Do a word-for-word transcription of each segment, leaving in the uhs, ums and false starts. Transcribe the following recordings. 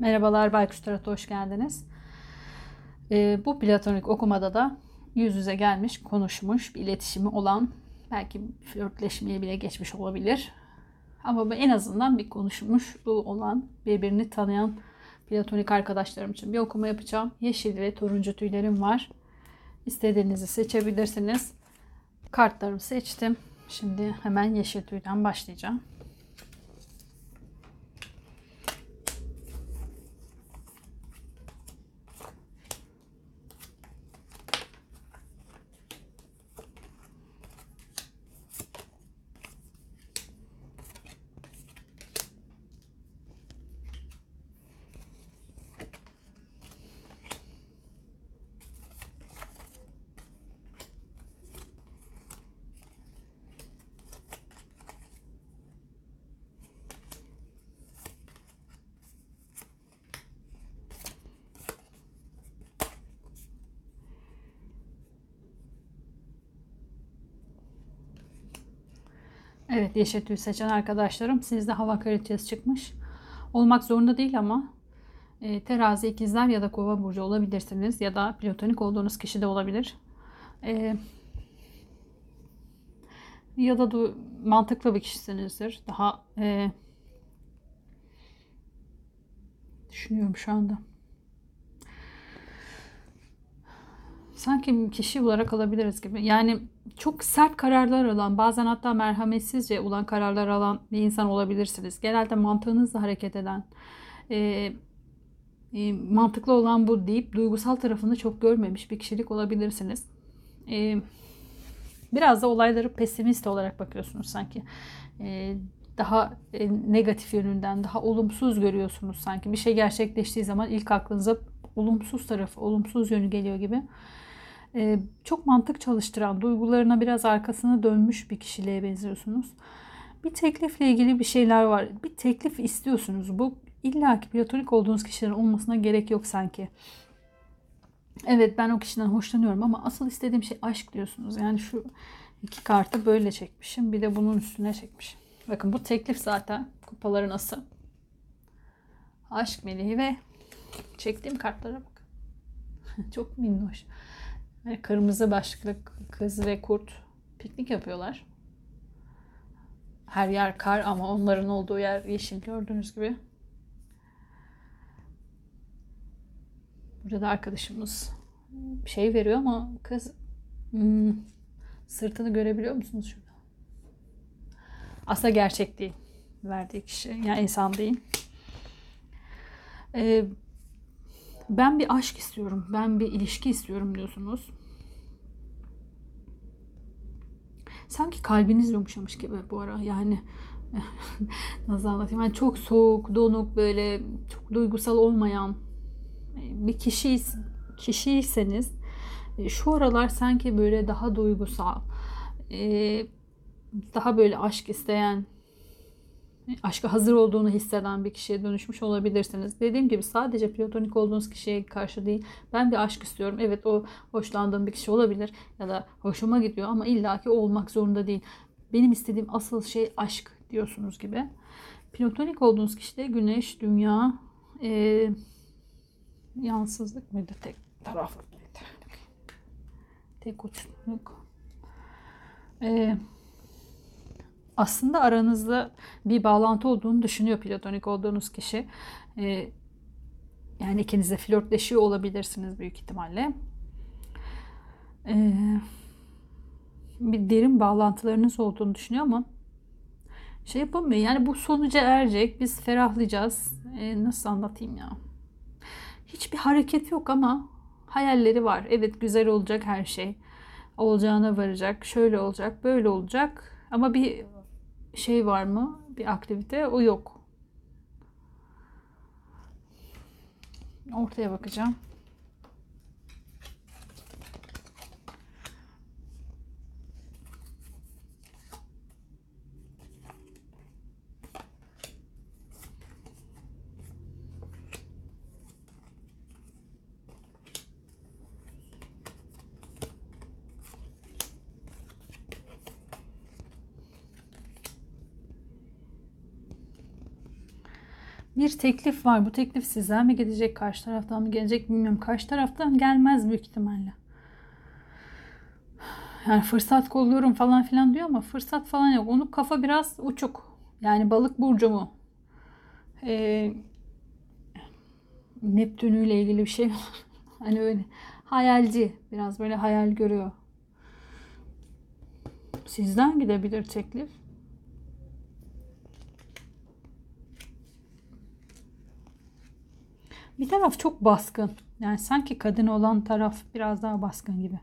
Merhabalar Baykuş Tarot'a hoş geldiniz. Ee, bu platonik okumada da yüz yüze gelmiş, konuşmuş, bir iletişimi olan, belki flörtleşmeye bile geçmiş olabilir. Ama en azından bir konuşmuşluğu olan, birbirini tanıyan platonik arkadaşlarım için bir okuma yapacağım. Yeşil ve turuncu tüylerim var. İstediğinizi seçebilirsiniz. Kartlarımı seçtim. Şimdi hemen yeşil tüyden başlayacağım. Evet, yeşil tüy seçen arkadaşlarım, sizde hava kraliçesi çıkmış. Olmak zorunda değil ama e, terazi, ikizler ya da kova burcu olabilirsiniz. Ya da platonik olduğunuz kişi de olabilir. E, ya da du- mantıklı bir kişisinizdir. Daha e, düşünüyorum şu anda. Sanki kişi olarak alabiliriz gibi. Yani çok sert kararlar alan, bazen hatta merhametsizce olan kararlar alan bir insan olabilirsiniz. Genelde mantığınızla hareket eden, e, e, mantıklı olan bu deyip duygusal tarafını çok görmemiş bir kişilik olabilirsiniz. E, biraz da olayları pesimist olarak bakıyorsunuz sanki. E, daha e, negatif yönünden, daha olumsuz görüyorsunuz sanki. Bir şey gerçekleştiği zaman ilk aklınıza olumsuz tarafı, olumsuz yönü geliyor gibi. E, çok mantık çalıştıran, duygularına biraz arkasını dönmüş bir kişiliğe benziyorsunuz. Bir teklifle ilgili bir şeyler var. Bir teklif istiyorsunuz. Bu illaki platonik olduğunuz kişilerin olmasına gerek yok sanki. Evet, ben o kişiden hoşlanıyorum ama asıl istediğim şey aşk diyorsunuz. Yani şu iki kartı böyle çekmişim. Bir de bunun üstüne çekmişim. Bakın, bu teklif zaten. Kupaların ası. Aşk meleği ve çektiğim kartlara bak. Çok minnoş. Yani kırmızı başlıklı kız ve kurt piknik yapıyorlar. Her yer kar ama onların olduğu yer yeşil, gördüğünüz gibi. Burada da arkadaşımız bir şey veriyor ama kız hmm, sırtını görebiliyor musunuz şurada? Aslında gerçek değil. Verdiği kişi. Yani insan değil. Ee, ben bir aşk istiyorum. Ben bir ilişki istiyorum diyorsunuz. Sanki kalbiniz yumuşamış gibi bu ara. Yani nasıl anlatayım? Yani çok soğuk, donuk, böyle çok duygusal olmayan bir kişi kişiyseniz şu aralar sanki böyle daha duygusal, daha böyle aşk isteyen, aşka hazır olduğunu hisseden bir kişiye dönüşmüş olabilirsiniz. Dediğim gibi sadece platonik olduğunuz kişiye karşı değil. Ben bir aşk istiyorum. Evet, o hoşlandığım bir kişi olabilir ya da hoşuma gidiyor ama illaki o olmak zorunda değil. Benim istediğim asıl şey aşk diyorsunuz gibi. Platonik olduğunuz kişide güneş, dünya, e, yansızlık mıydı? Tek taraflı mıydı? Tek uçluk. E, aslında aranızda bir bağlantı olduğunu düşünüyor platonik olduğunuz kişi. E, yani ikiniz de flörtleşiyor olabilirsiniz büyük ihtimalle. E, bir derin bağlantılarınız olduğunu düşünüyor ama şey yapamıyor. Yani bu sonuca erecek. Biz ferahlayacağız. E, nasıl anlatayım ya? Hiçbir hareket yok ama hayalleri var. Evet, güzel olacak her şey. Olacağına varacak. Şöyle olacak, böyle olacak. Ama bir şey var mı? Bir aktivite, o yok. Ortaya bakacağım. Bir teklif var. Bu teklif sizden mi gelecek, karşı taraftan mı gelecek bilmiyorum. Karşı taraftan gelmez büyük ihtimalle. Yani fırsat kolluyorum falan filan diyor ama fırsat falan yok. Onun kafa biraz uçuk. Yani balık burcu mu? Ee, Neptün'ü ile ilgili bir şey. Hani öyle hayalci. Biraz böyle hayal görüyor. Sizden gidebilir teklif. Bir taraf çok baskın. Yani sanki kadın olan taraf biraz daha baskın gibi.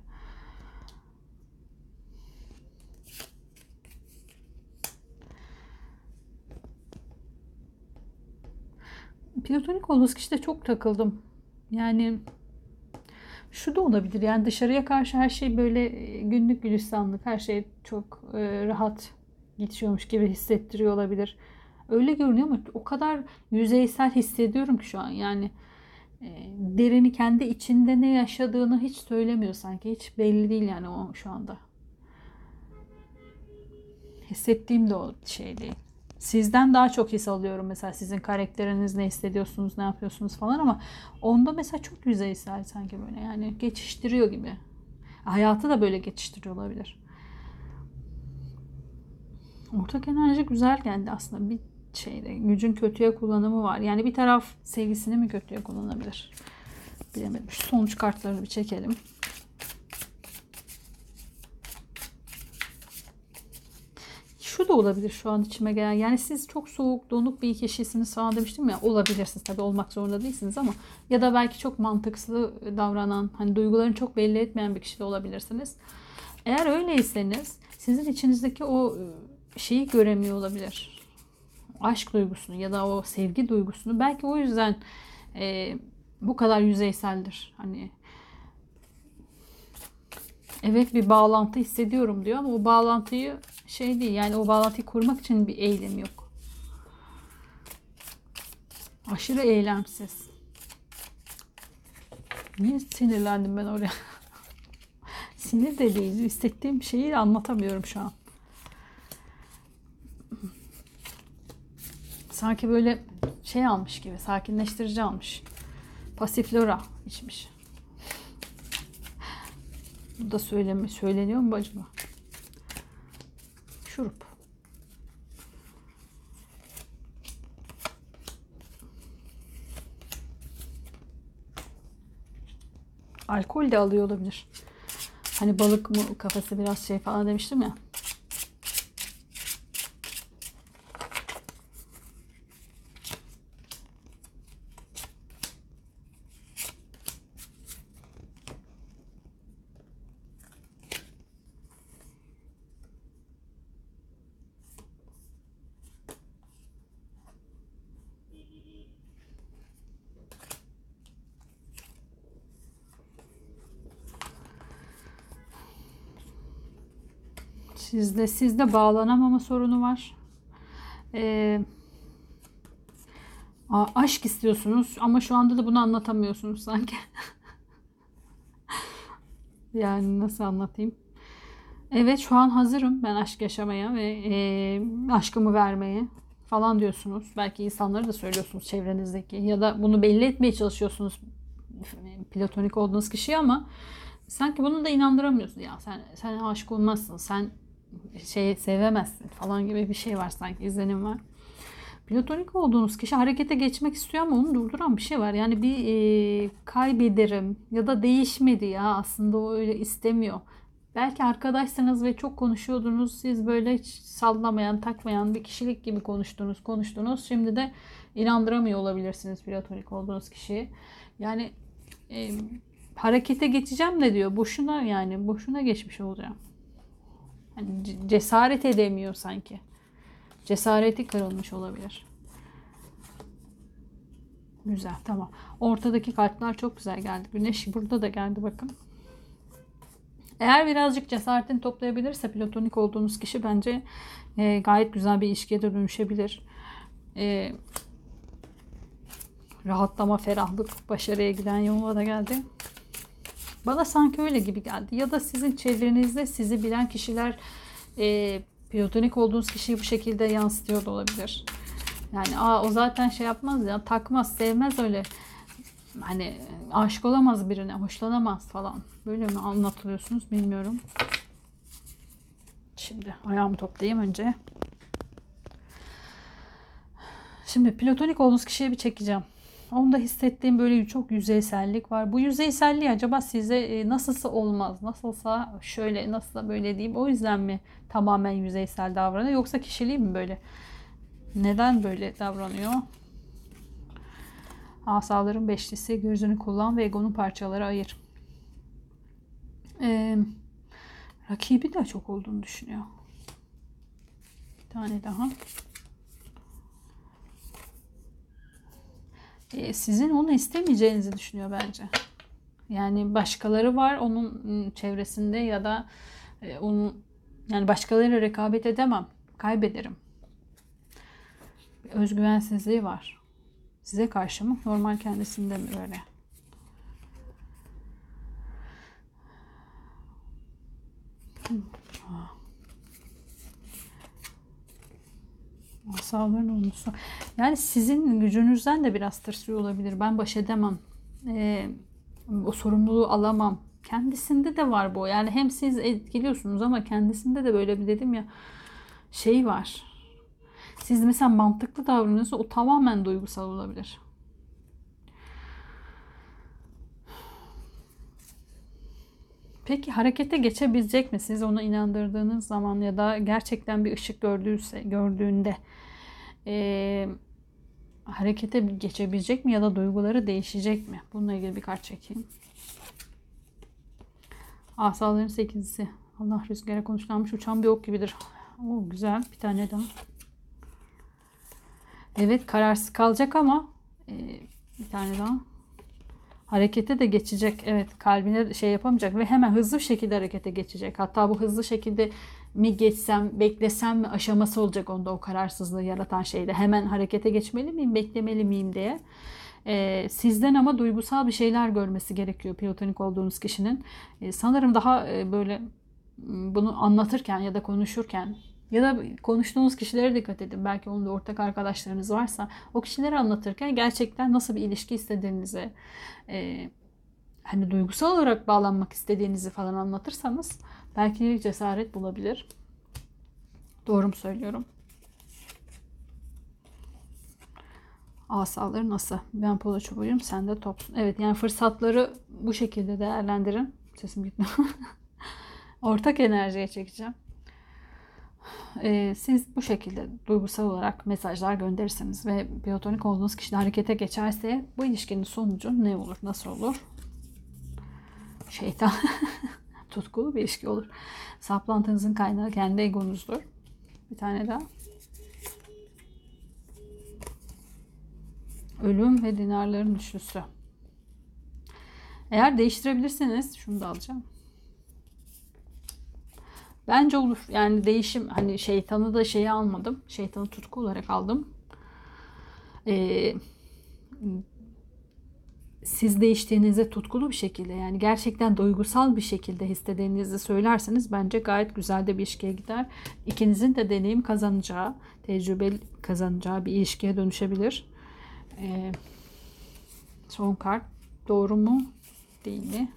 Platonik olduğunuz kişide çok takıldım. Yani şu da olabilir. Yani dışarıya karşı her şey böyle günlük gülistanlık. Her şey çok e, rahat geçiyormuş gibi hissettiriyor olabilir. Öyle görünüyor ama o kadar yüzeysel hissediyorum ki şu an. Yani e, derini kendi içinde ne yaşadığını hiç söylemiyor sanki. Hiç belli değil yani o şu anda. Hissettiğim de o şey değil. Sizden daha çok his alıyorum mesela, sizin karakteriniz, ne hissediyorsunuz, ne yapıyorsunuz falan, ama onda mesela çok yüzeysel sanki, böyle yani geçiştiriyor gibi. Hayatı da böyle geçiştiriyor olabilir. Ortak enerji güzel geldi aslında, bir şeyde gücün kötüye kullanımı var. Yani bir taraf sevgisini mi kötüye kullanabilir? Bilemedim. Şu sonuç kartlarını bir çekelim. Şu da olabilir şu an içime gelen. Yani siz çok soğuk, donuk bir kişisiniz falan demiştim ya. Olabilirsiniz tabii, olmak zorunda değilsiniz ama ya da belki çok mantıkslı davranan, hani duygularını çok belli etmeyen bir kişi de olabilirsiniz. Eğer öyleyseniz sizin içinizdeki o şeyi göremiyor olabilir. Aşk duygusunu ya da o sevgi duygusunu. Belki o yüzden e, bu kadar yüzeyseldir. Hani evet bir bağlantı hissediyorum diyor ama o bağlantıyı şey değil, yani o bağlantıyı kurmak için bir eylem yok. Aşırı eylemsiz. Niye sinirlendim ben oraya? Sinir de değil. Hissettiğim şeyi anlatamıyorum şu an. Sanki böyle şey almış gibi, sakinleştirici almış. Pasiflora içmiş. Bu da söyleme, söyleniyor mu acaba? Şurup. Alkol de alıyor olabilir. Hani balık mı kafası biraz şey falan demiştim ya. Sizde sizde bağlanamama sorunu var. Ee, aşk istiyorsunuz ama şu anda da bunu anlatamıyorsunuz sanki. Yani nasıl anlatayım? Evet şu an hazırım ben aşk yaşamaya ve e, aşkımı vermeye falan diyorsunuz. Belki insanlara da söylüyorsunuz çevrenizdeki, ya da bunu belli etmeye çalışıyorsunuz platonik olduğunuz kişiye ama sanki bunu da inandıramıyorsun. Ya sen sen aşık olmazsın, sen şey sevemezsin falan gibi bir şey var, sanki izlenim var. Platonik olduğunuz kişi harekete geçmek istiyor ama onu durduran bir şey var. Yani bir e, kaybederim ya da değişmedi ya, aslında o öyle istemiyor. Belki arkadaşsınız ve çok konuşuyordunuz. Siz böyle hiç sallamayan, takmayan bir kişilik gibi konuştunuz, konuştunuz. Şimdi de inandıramıyor olabilirsiniz platonik olduğunuz kişiyi. Yani e, harekete geçeceğim de diyor. Boşuna, yani boşuna geçmiş olacağım. Yani cesaret edemiyor sanki. Cesareti kırılmış olabilir. Güzel, tamam. Ortadaki kartlar çok güzel geldi. Güneş burada da geldi bakın. Eğer birazcık cesaretini toplayabilirse platonik olduğunuz kişi bence e, gayet güzel bir ilişkiye de dönüşebilir. E, rahatlama, ferahlık, başarıya giden yoluna da geldi. Bana sanki öyle gibi geldi. Ya da sizin çevrenizde sizi bilen kişiler e, platonik olduğunuz kişiyi bu şekilde yansıtıyor da olabilir. Yani aa, o zaten şey yapmaz ya, takmaz, sevmez öyle. Hani aşık olamaz birine, hoşlanamaz falan. Böyle mi anlatılıyorsunuz bilmiyorum. Şimdi ayağımı toplayayım önce. Şimdi platonik olduğunuz kişiye bir çekeceğim. Onda hissettiğim böyle çok yüzeysellik var. Bu yüzeyselliği acaba size e, nasılsa olmaz, nasılsa şöyle, nasılsa böyle diyeyim. O yüzden mi tamamen yüzeysel davranıyor, yoksa kişiliği mi böyle? Neden böyle davranıyor? Asaların beşlisi, gözünü kullan ve egonun parçalara ayır. Ee, rakibi de çok olduğunu düşünüyor. Bir tane daha. Ee, sizin onu istemeyeceğinizi düşünüyor bence. Yani başkaları var onun çevresinde ya da e, onun, yani başkalarıyla rekabet edemem, kaybederim. Bir özgüvensizliği var. Size karşı mı? Normal kendisinde mi öyle? Asaların olmuşsa. Yani sizin gücünüzden de biraz tırsıyor olabilir. Ben baş edemem. Ee, o sorumluluğu alamam. Kendisinde de var bu. Yani hem siz etkiliyorsunuz ama kendisinde de böyle bir, dedim ya, şey var. Siz mesela mantıklı davranıyorsa o tamamen duygusal olabilir. Peki harekete geçebilecek mi? Siz ona inandırdığınız zaman ya da gerçekten bir ışık gördüyse, gördüğünde e, harekete geçebilecek mi ya da duyguları değişecek mi? Bununla ilgili bir kart çekeyim. Asaların sekizisi. Allah rüzgara konuşlanmış uçan bir ok gibidir. O güzel. Bir tane daha. Evet, kararsız kalacak ama e, bir tane daha. Harekete de geçecek. Evet, kalbine şey yapamayacak ve hemen hızlı bir şekilde harekete geçecek. Hatta bu hızlı şekilde mi geçsem, beklesem mi aşaması olacak onda, o kararsızlığı yaratan şeyde. Hemen harekete geçmeli miyim, beklemeli miyim diye. Ee, sizden ama duygusal bir şeyler görmesi gerekiyor platonik olduğunuz kişinin. Ee, sanırım daha e, böyle bunu anlatırken ya da konuşurken ya da konuştuğunuz kişilere dikkat edin. Belki onun da ortak arkadaşlarınız varsa o kişileri anlatırken gerçekten nasıl bir ilişki istediğinizi, e, hani duygusal olarak bağlanmak istediğinizi falan anlatırsanız belki cesaret bulabilir. Doğru mu söylüyorum? Asaları nasıl? Ben polo çubuğuyum, sen de topsun. Evet, yani fırsatları bu şekilde değerlendirin. Sesim gitmiyor. Ortak enerjiye çekeceğim. Ee, siz bu şekilde duygusal olarak mesajlar gönderirseniz ve platonik olduğunuz kişi de harekete geçerse bu ilişkinin sonucu ne olur, nasıl olur? Şeytan. Tutkulu bir ilişki olur. Saplantınızın kaynağı kendi egonuzdur. Bir tane daha. Ölüm ve dinarların üçlüsü. Eğer değiştirebilirseniz şunu da alacağım. Bence olur. Yani değişim, hani şeytanı da şeyi almadım. Şeytanı tutku olarak aldım. Ee, siz değiştiğinizde tutkulu bir şekilde, yani gerçekten duygusal bir şekilde hissettiğinizi söylerseniz bence gayet güzel de bir ilişkiye gider. İkinizin de deneyim kazanacağı, tecrübe kazanacağı bir ilişkiye dönüşebilir. Ee, son kart doğru mu değil mi?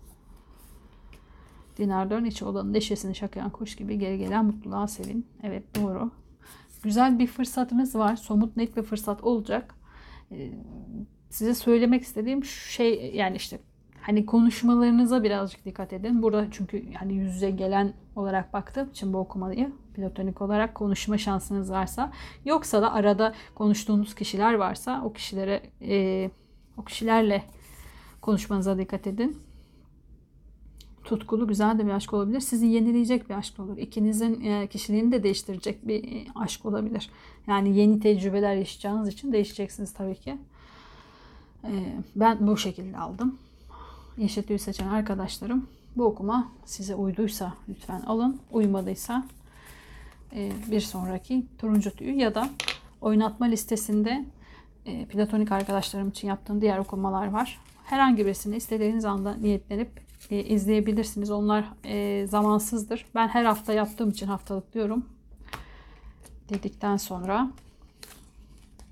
Dinarların içi olanın neşesini şakayan kuş gibi geri gelen mutluluğa sevin. Evet, doğru. Güzel bir fırsatınız var. Somut, net bir fırsat olacak. Ee, size söylemek istediğim şey, yani işte hani konuşmalarınıza birazcık dikkat edin. Burada çünkü hani yüz yüze gelen olarak baktığım için bu okumayı, platonik olarak konuşma şansınız varsa, yoksa da arada konuştuğunuz kişiler varsa o kişilere e, o kişilerle konuşmanıza dikkat edin. Tutkulu, güzel de bir aşk olabilir. Sizi yenileyecek bir aşk olur. İkinizin kişiliğini de değiştirecek bir aşk olabilir. Yani yeni tecrübeler yaşayacağınız için değişeceksiniz tabii ki. Ben bu şekilde aldım. Yeşil tüyü seçen arkadaşlarım, bu okuma size uyduysa lütfen alın. Uymadıysa bir sonraki turuncu tüyü ya da oynatma listesinde platonik arkadaşlarım için yaptığım diğer okumalar var. Herhangi birisini istediğiniz anda niyetlenip e, izleyebilirsiniz. Onlar e, zamansızdır. Ben her hafta yaptığım için haftalık diyorum. Dedikten sonra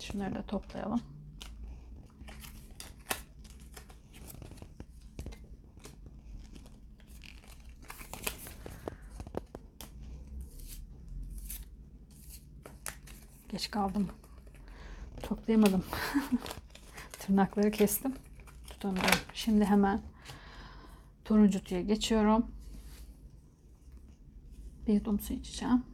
Şunları da toplayalım. Geç kaldım. Toplayamadım. Tırnakları kestim. Tutamıyorum. Şimdi hemen turuncutuya geçiyorum. Bir yudum su içeceğim.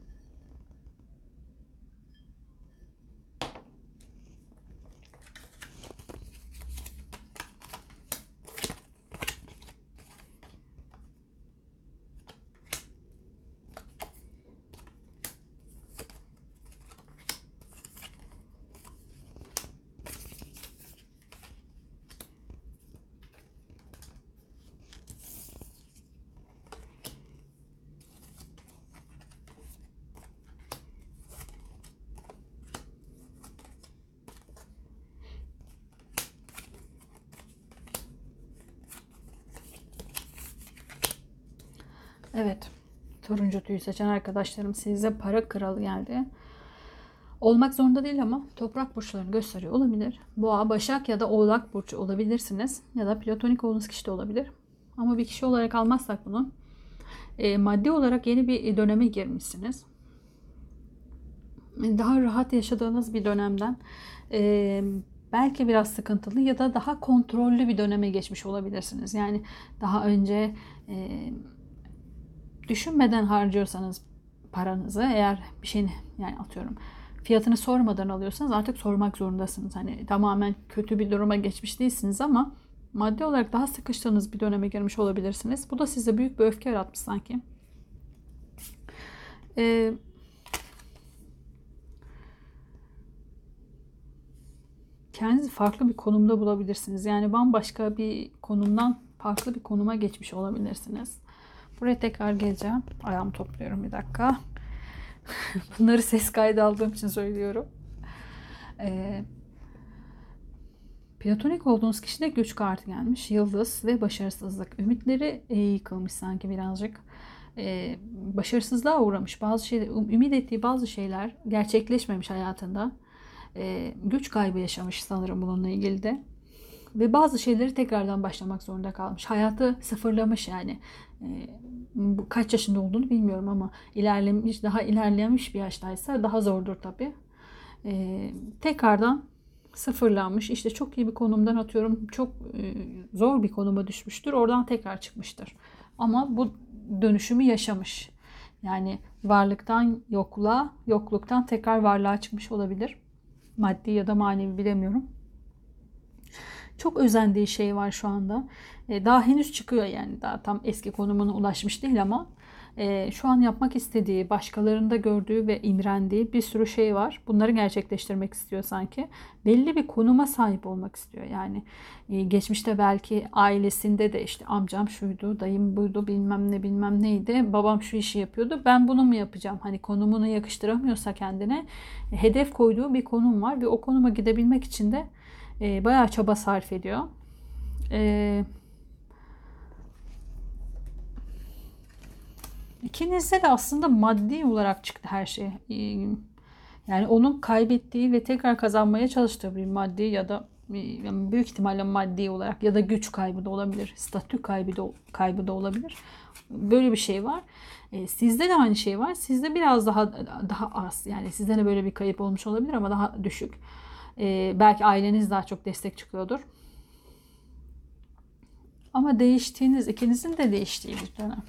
Evet. Turuncu tüyü seçen arkadaşlarım, size para kralı geldi. Olmak zorunda değil ama toprak burçlarını gösteriyor olabilir. Boğa, Başak ya da Oğlak burcu olabilirsiniz. Ya da platonik olduğunuz kişi de olabilir. Ama bir kişi olarak almazsak bunu, e, maddi olarak yeni bir döneme girmişsiniz. Daha rahat yaşadığınız bir dönemden e, belki biraz sıkıntılı ya da daha kontrollü bir döneme geçmiş olabilirsiniz. Yani daha önce e, düşünmeden harcıyorsanız paranızı, eğer bir şeyin, yani atıyorum fiyatını sormadan alıyorsanız, artık sormak zorundasınız. Hani tamamen kötü bir duruma geçmiş değilsiniz ama maddi olarak daha sıkıştığınız bir döneme girmiş olabilirsiniz. Bu da size büyük bir öfke yaratmış sanki. Ee, kendinizi farklı bir konumda bulabilirsiniz. Yani bambaşka bir konumdan farklı bir konuma geçmiş olabilirsiniz. Buraya tekrar geleceğim. Ayağımı topluyorum bir dakika. Bunları ses kaydı aldığım için söylüyorum. Ee, platonik olduğunuz kişide güç kartı gelmiş. Yıldız ve başarısızlık. Ümitleri e, yıkılmış sanki birazcık. Ee, başarısızlığa uğramış. Bazı şeyler, ümit ettiği bazı şeyler gerçekleşmemiş hayatında. Ee, güç kaybı yaşamış sanırım bununla ilgili de. Ve bazı şeyleri tekrardan başlamak zorunda kalmış. Hayatı sıfırlamış yani. Ee, kaç yaşında olduğunu bilmiyorum ama ilerlemiş, daha ilerlemiş bir yaştaysa daha zordur tabii. Ee, tekrardan sıfırlanmış. İşte çok iyi bir konumdan, atıyorum çok e, zor bir konuma düşmüştür. Oradan tekrar çıkmıştır. Ama bu dönüşümü yaşamış. Yani varlıktan yokluğa, yokluktan tekrar varlığa çıkmış olabilir. Maddi ya da manevi, bilemiyorum. Çok özendiği şey var şu anda. E, daha henüz çıkıyor, yani daha tam eski konumuna ulaşmış değil ama e, şu an yapmak istediği, başkalarında gördüğü ve imrendiği bir sürü şey var. Bunları gerçekleştirmek istiyor sanki. Belli bir konuma sahip olmak istiyor. Yani e, geçmişte belki ailesinde de işte amcam şuydu, dayım buydu, bilmem ne bilmem neydi, babam şu işi yapıyordu, ben bunu mu yapacağım? Hani konumunu yakıştıramıyorsa kendine, e, hedef koyduğu bir konum var ve o konuma gidebilmek için de E, bayağı çaba sarf ediyor. E, ikinizde de aslında maddi olarak çıktı her şey. E, yani onun kaybettiği ve tekrar kazanmaya çalıştığı bir maddi ya da yani büyük ihtimalle maddi olarak ya da güç kaybı da olabilir. Statü kaybı da, kaybı da olabilir. Böyle bir şey var. E, sizde de aynı şey var. Sizde biraz daha daha az. Yani sizde de böyle bir kayıp olmuş olabilir ama daha düşük. Ee, belki aileniz daha çok destek çıkıyordur. Ama değiştiğiniz, ikinizin de değiştiği bir dönem.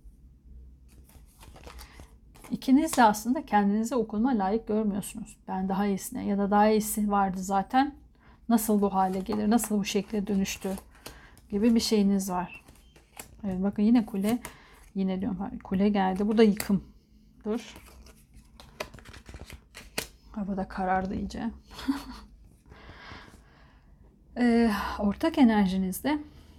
İkiniz de aslında kendinizi o konuma layık görmüyorsunuz. Ben daha iyisine ya da daha iyisi vardı zaten. Nasıl bu hale gelir, nasıl bu şekle dönüştü gibi bir şeyiniz var. Evet, bakın yine kule, yine diyorum kule geldi. Bu da yıkım. Dur. Hava da karardı iyice. Ee, ortak enerjinizde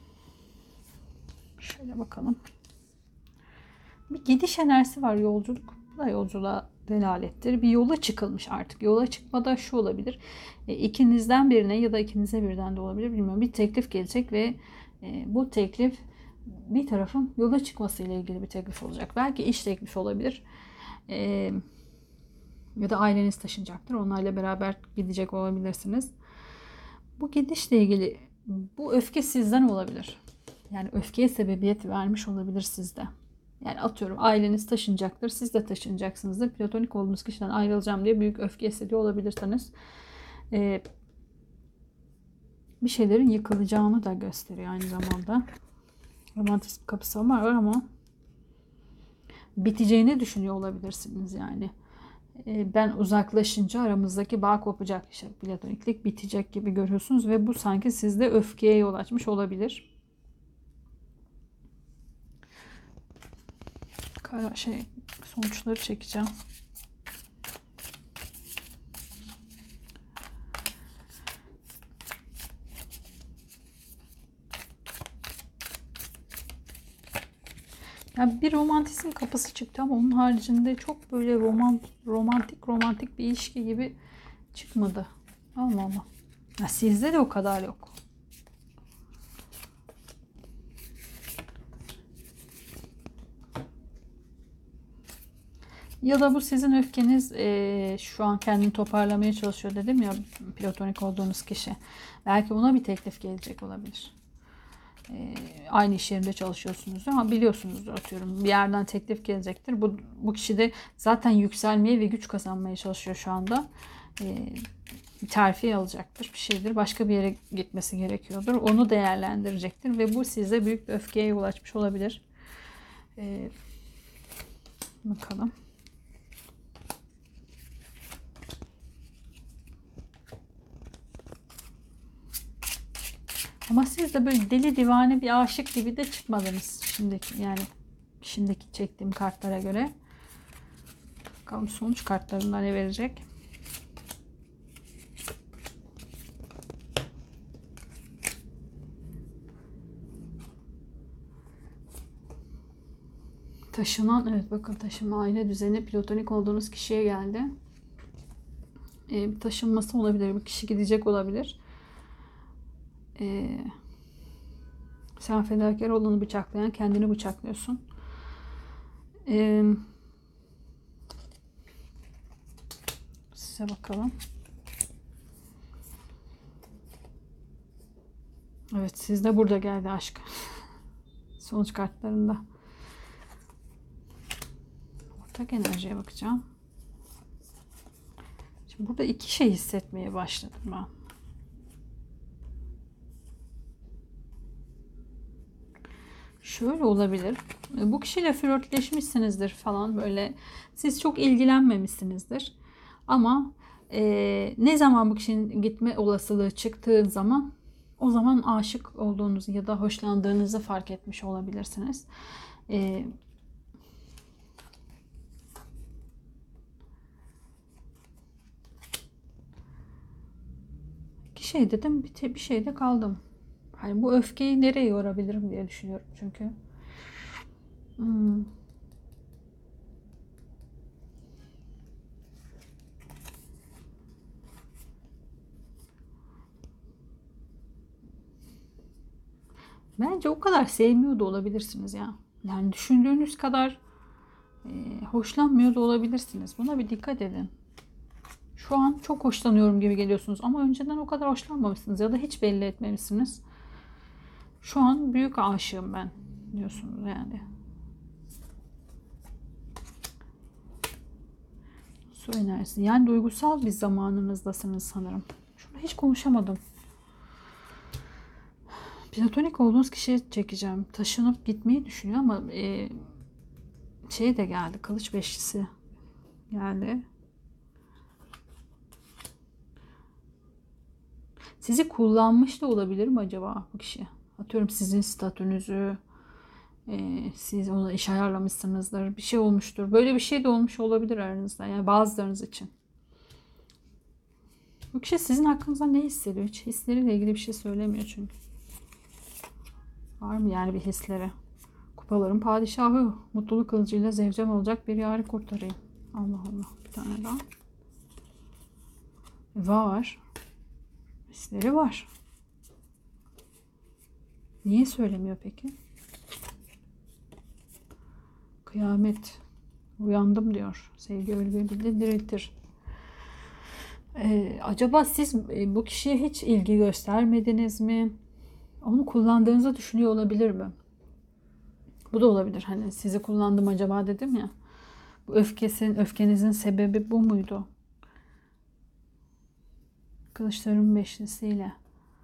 şöyle bakalım. Bir gidiş enerjisi var, yolculuk. Bu da yolculuğa delalettir. Bir yola çıkılmış artık. Yola çıkmada şu olabilir. E, ikinizden birine ya da ikinize birden de olabilir, bilmiyorum. Bir teklif gelecek ve e, bu teklif bir tarafın yola çıkması ile ilgili bir teklif olacak. Belki iş teklifi olabilir. E, Ya da aileniz taşınacaktır. Onlarla beraber gidecek olabilirsiniz. Bu gidişle ilgili bu öfke sizden olabilir. Yani öfkeye sebebiyet vermiş olabilir sizde. Yani atıyorum aileniz taşınacaktır. Siz de taşınacaksınızdır. Platonik olduğunuz kişiden ayrılacağım diye büyük öfke hissediyor olabilirsiniz. Ee, bir şeylerin yıkılacağını da gösteriyor aynı zamanda. Romantizm kapısı var ama biteceğini düşünüyor olabilirsiniz yani. Ee, ben uzaklaşınca aramızdaki bağ kopacak. İşte platoniklik bitecek gibi görüyorsunuz ve bu sanki sizde öfkeye yol açmış olabilir. Kara, şey sonuçları çekeceğim. Yani bir romantizm kapısı çıktı ama onun haricinde çok böyle roman, romantik romantik bir ilişki gibi çıkmadı. Allah Allah. Ya sizde de o kadar yok. Ya da bu sizin öfkeniz e, şu an kendini toparlamaya çalışıyor dedim ya, platonik olduğunuz kişi. Belki buna bir teklif gelecek olabilir. E, aynı iş yerinde çalışıyorsunuz ama biliyorsunuzdur, atıyorum bir yerden teklif gelecektir. Bu, bu kişi de zaten yükselmeye ve güç kazanmaya çalışıyor şu anda. E, terfi alacaktır, bir şeydir. Başka bir yere gitmesi gerekiyordur. Onu değerlendirecektir ve bu size büyük bir öfkeye yol açmış olabilir. E, bakalım. Ama siz de böyle deli divane bir aşık gibi de çıkmadınız şimdiki, yani şimdiki çektiğim kartlara göre. Bakalım sonuç kartlarında ne verecek? Taşınan, evet bakın, taşınma, aile düzeni, platonik olduğunuz kişiye geldi. Ee, bir taşınması olabilir, bir kişi gidecek olabilir. Ee, sen fedakar olanı bıçaklayan kendini bıçaklıyorsun. Ee, size bakalım. Evet, sizde burada geldi aşk. Sonuç kartlarında. Ortak enerjiye bakacağım. Şimdi burada iki şey hissetmeye başladım ben. Şöyle olabilir. Bu kişiyle flörtleşmişsinizdir falan böyle. Siz çok ilgilenmemişsinizdir. Ama e, ne zaman bu kişinin gitme olasılığı çıktığı zaman, o zaman aşık olduğunuzu ya da hoşlandığınızı fark etmiş olabilirsiniz. E, iki şey dedim, bir, bir şeyde kaldım. Hani bu öfkeyi nereye yorabilirim diye düşünüyorum çünkü. Hmm. Bence o kadar sevmiyor da olabilirsiniz ya. Yani düşündüğünüz kadar e, hoşlanmıyor da olabilirsiniz. Buna bir dikkat edin. Şu an çok hoşlanıyorum gibi geliyorsunuz ama önceden o kadar hoşlanmamışsınız ya da hiç belli etmemişsiniz. Şu an büyük aşığım ben diyorsunuz yani. Su enerjisi. Yani duygusal bir zamanınızdasınız sanırım. Şunu hiç konuşamadım. Platonik olduğunuz kişiye çekeceğim. Taşınıp gitmeyi düşünüyor ama e, şey de geldi. Kılıç beşlisi geldi. Sizi kullanmış da olabilir mi acaba bu kişi? Atıyorum sizin statünüzü, e, siz ona iş ayarlamışsınızdır. Bir şey olmuştur. Böyle bir şey de olmuş olabilir aranızda. Yani bazılarınız için. Bu kişi sizin hakkınızda ne hissediyor? Hiç hisleriyle ilgili bir şey söylemiyor çünkü. Var mı yani bir hisleri? Kupaların padişahı. Mutluluk kılıcıyla zevcem olacak bir yarı kurtarayım. Allah Allah. Bir tane daha. Var. Hisleri var. Niye söylemiyor peki? Kıyamet. Uyandım diyor. Sevgi ölüyü diriltir. Ee, acaba siz e, bu kişiye hiç ilgi göstermediniz mi? Onu kullandığınızı düşünüyor olabilir mi? Bu da olabilir. Hani sizi kullandım acaba dedim ya. Bu öfkesin, öfkenizin sebebi bu muydu? Kılıçların beşlisiyle.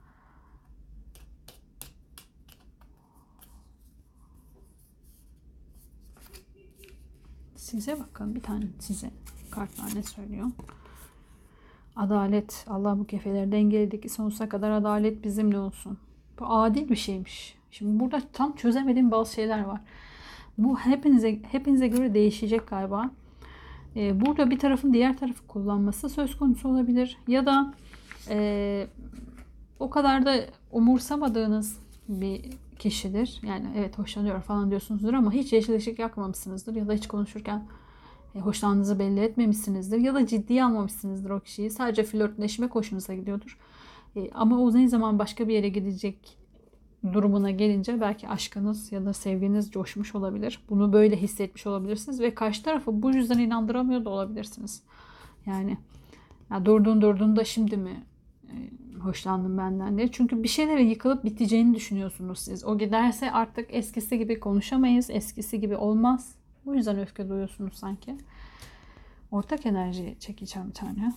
Size bakın, bir tane size kartlar ne söylüyor? Adalet. Allah bu kefeleri dengeledi ki sonsuza kadar adalet bizimle olsun. Bu adil bir şeymiş. Şimdi burada tam çözemediğim bazı şeyler var. Bu hepinize hepinize göre değişecek galiba. Ee, burada bir tarafın diğer tarafı kullanması söz konusu olabilir. Ya da e, o kadar da umursamadığınız bir kişidir. Yani evet hoşlanıyorum falan diyorsunuzdur ama hiç yeşil ışık yakmamışsınızdır. Ya da hiç konuşurken e, hoşlandığınızı belli etmemişsinizdir. Ya da ciddiye almamışsınızdır o kişiyi. Sadece flörtleşmek hoşunuza gidiyordur. E, ama o ne zaman başka bir yere gidecek durumuna gelince belki aşkınız ya da sevginiz coşmuş olabilir. Bunu böyle hissetmiş olabilirsiniz ve karşı tarafı bu yüzden inandıramıyor da olabilirsiniz. Yani ya durdun durdun da şimdi mi e, hoşlandım benden diye. Çünkü bir şeylerin yıkılıp biteceğini düşünüyorsunuz siz. O giderse artık eskisi gibi konuşamayız. Eskisi gibi olmaz. Bu yüzden öfke duyuyorsunuz sanki. Ortak enerji çekeceğim bir tane.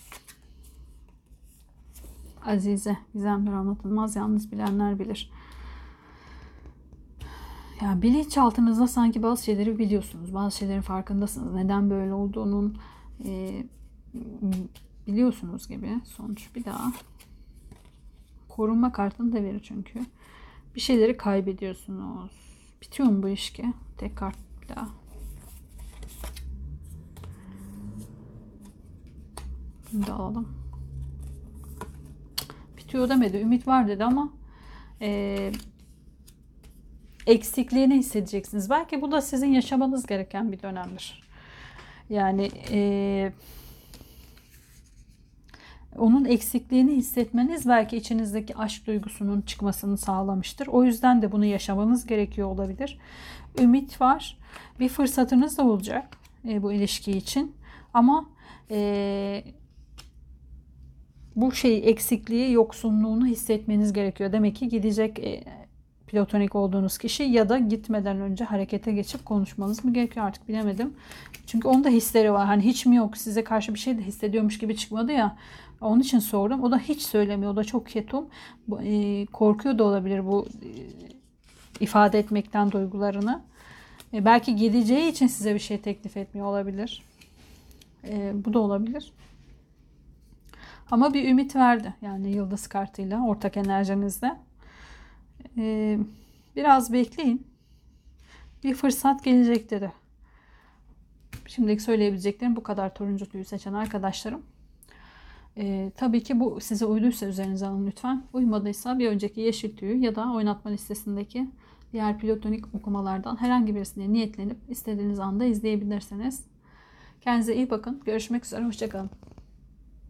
Azize, gizemler anlatılmaz, yalnız bilenler bilir. Yani bilinçaltınızda sanki bazı şeyleri biliyorsunuz. Bazı şeylerin farkındasınız. Neden böyle olduğunun e, biliyorsunuz gibi. Sonuç bir daha. Korunma kartını da verir çünkü. Bir şeyleri kaybediyorsunuz. Bitiyor mu bu ilişki? Tek kart bir daha. Bunu da alalım. Bitiyor demedi. Ümit var dedi ama e, eksikliğini hissedeceksiniz. Belki bu da sizin yaşamanız gereken bir dönemdir. Yani e, onun eksikliğini hissetmeniz belki içinizdeki aşk duygusunun çıkmasını sağlamıştır. O yüzden de bunu yaşamanız gerekiyor olabilir. Ümit var. Bir fırsatınız da olacak e, bu ilişki için. Ama e, bu şey eksikliği, yoksunluğunu hissetmeniz gerekiyor. Demek ki gidecek e, platonik olduğunuz kişi ya da gitmeden önce harekete geçip konuşmanız mı gerekiyor artık bilemedim. Çünkü onun da hisleri var. Hani hiç mi yok, size karşı bir şey de hissediyormuş gibi çıkmadı ya. Onun için sordum. O da hiç söylemiyor. O da çok ketum. E, korkuyor da olabilir bu e, ifade etmekten duygularını. E, belki gideceği için size bir şey teklif etmiyor olabilir. E, bu da olabilir. Ama bir ümit verdi. Yani yıldız kartıyla ortak enerjinizde. Ee, biraz bekleyin. Bir fırsat gelecek dedi. Şimdilik söyleyebileceklerim bu kadar, turuncu tüyü seçen arkadaşlarım. Ee, tabii ki bu size uyduysa üzerinize alın lütfen. Uymadıysa bir önceki yeşil tüyü ya da oynatma listesindeki diğer platonik okumalardan herhangi birisine niyetlenip istediğiniz anda izleyebilirsiniz. Kendinize iyi bakın. Görüşmek üzere. Hoşçakalın.